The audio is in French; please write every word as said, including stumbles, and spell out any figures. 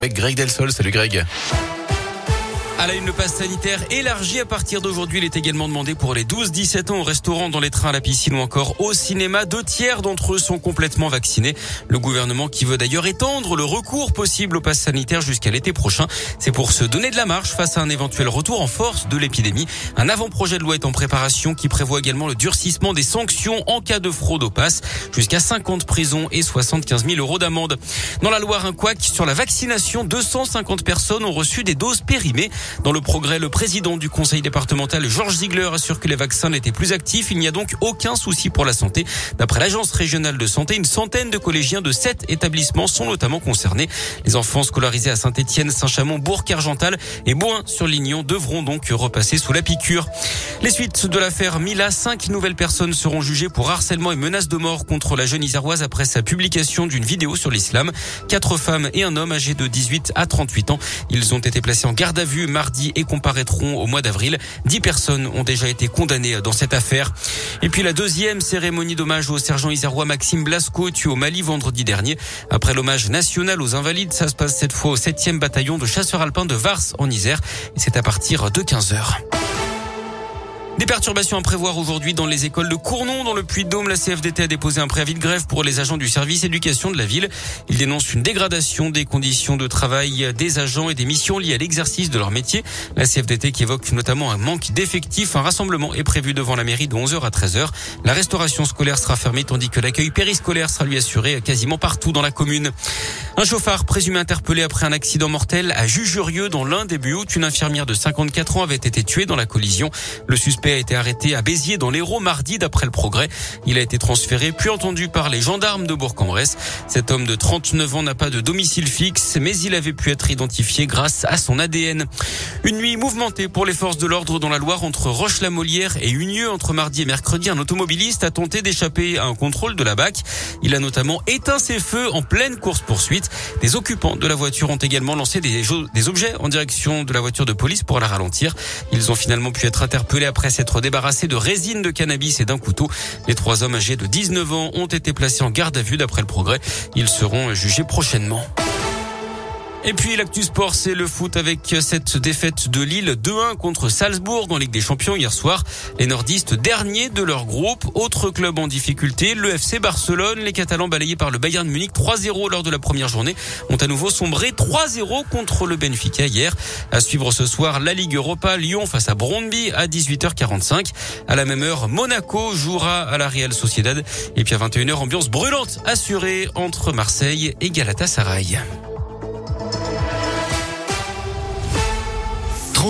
Avec Greg Delsol, salut Greg. À la une, le pass sanitaire élargi à partir d'aujourd'hui. Il est également demandé pour les douze dix-sept ans au restaurant, dans les trains, à la piscine ou encore au cinéma. Deux tiers d'entre eux sont complètement vaccinés. Le gouvernement qui veut d'ailleurs étendre le recours possible au pass sanitaire jusqu'à l'été prochain. C'est pour se donner de la marge face à un éventuel retour en force de l'épidémie. Un avant-projet de loi est en préparation qui prévoit également le durcissement des sanctions en cas de fraude au pass. Jusqu'à cinquante prisons et soixante-quinze mille euros d'amende. Dans la Loire, un couac sur la vaccination. deux cent cinquante personnes ont reçu des doses périmées. Dans le Progrès, le président du conseil départemental, Georges Ziegler, assure que les vaccins n'étaient plus actifs. Il n'y a donc aucun souci pour la santé. D'après l'agence régionale de santé, une centaine de collégiens de sept établissements sont notamment concernés. Les enfants scolarisés à Saint-Étienne, Saint-Chamond, Bourg-Argental et Bouin-sur-Lignon devront donc repasser sous la piqûre. Les suites de l'affaire Mila, cinq nouvelles personnes seront jugées pour harcèlement et menaces de mort contre la jeune Iséroise après sa publication d'une vidéo sur l'islam. Quatre femmes et un homme âgés de dix-huit à trente-huit ans. Ils ont été placés en garde à vue mardi et comparaîtront au mois d'avril. Dix personnes ont déjà été condamnées dans cette affaire. Et puis la deuxième cérémonie d'hommage au sergent isérois Maxime Blasco, tué au Mali vendredi dernier. Après l'hommage national aux invalides, ça se passe cette fois au septième bataillon de chasseurs alpins de Vars en Isère. Et c'est à partir de quinze heures. Des perturbations à prévoir aujourd'hui dans les écoles de Cournon, dans le Puy-de-Dôme. La C F D T a déposé un préavis de grève pour les agents du service éducation de la ville. Ils dénoncent une dégradation des conditions de travail des agents et des missions liées à l'exercice de leur métier. La C F D T qui évoque notamment un manque d'effectifs. Un rassemblement est prévu devant la mairie de onze heures à treize heures. La restauration scolaire sera fermée tandis que l'accueil périscolaire sera lui assuré quasiment partout dans la commune. Un chauffard présumé interpellé après un accident mortel à Jujurieux dans l'Ain début août. Une infirmière de cinquante-quatre ans avait été tuée dans la collision. Le suspect a été arrêté à Béziers dans l'Hérault mardi d'après le Progrès. Il a été transféré puis entendu par les gendarmes de Bourg-en-Bresse. Cet homme de trente-neuf ans n'a pas de domicile fixe, mais il avait pu être identifié grâce à son A D N. Une nuit mouvementée pour les forces de l'ordre dans la Loire entre Roche-la-Molière et Unieux. Entre mardi et mercredi, un automobiliste a tenté d'échapper à un contrôle de la B A C. Il a notamment éteint ses feux en pleine course-poursuite. Des occupants de la voiture ont également lancé des, des objets en direction de la voiture de police pour la ralentir. Ils ont finalement pu être interpellés après s'être débarrassés de résine de cannabis et d'un couteau. Les trois hommes âgés de dix-neuf ans ont été placés en garde à vue d'après le Progrès. Ils seront jugés prochainement. Et puis l'actu sport, c'est le foot avec cette défaite de Lille deux un contre Salzbourg en Ligue des Champions hier soir. Les nordistes derniers de leur groupe. Autre club en difficulté, le F C Barcelone. Les Catalans balayés par le Bayern Munich trois zéro lors de la première journée ont à nouveau sombré trois zéro contre le Benfica hier. À suivre ce soir, la Ligue Europa, Lyon face à Brøndby à dix-huit heures quarante-cinq. À la même heure, Monaco jouera à la Real Sociedad. Et puis à vingt et une heures, ambiance brûlante assurée entre Marseille et Galatasaray.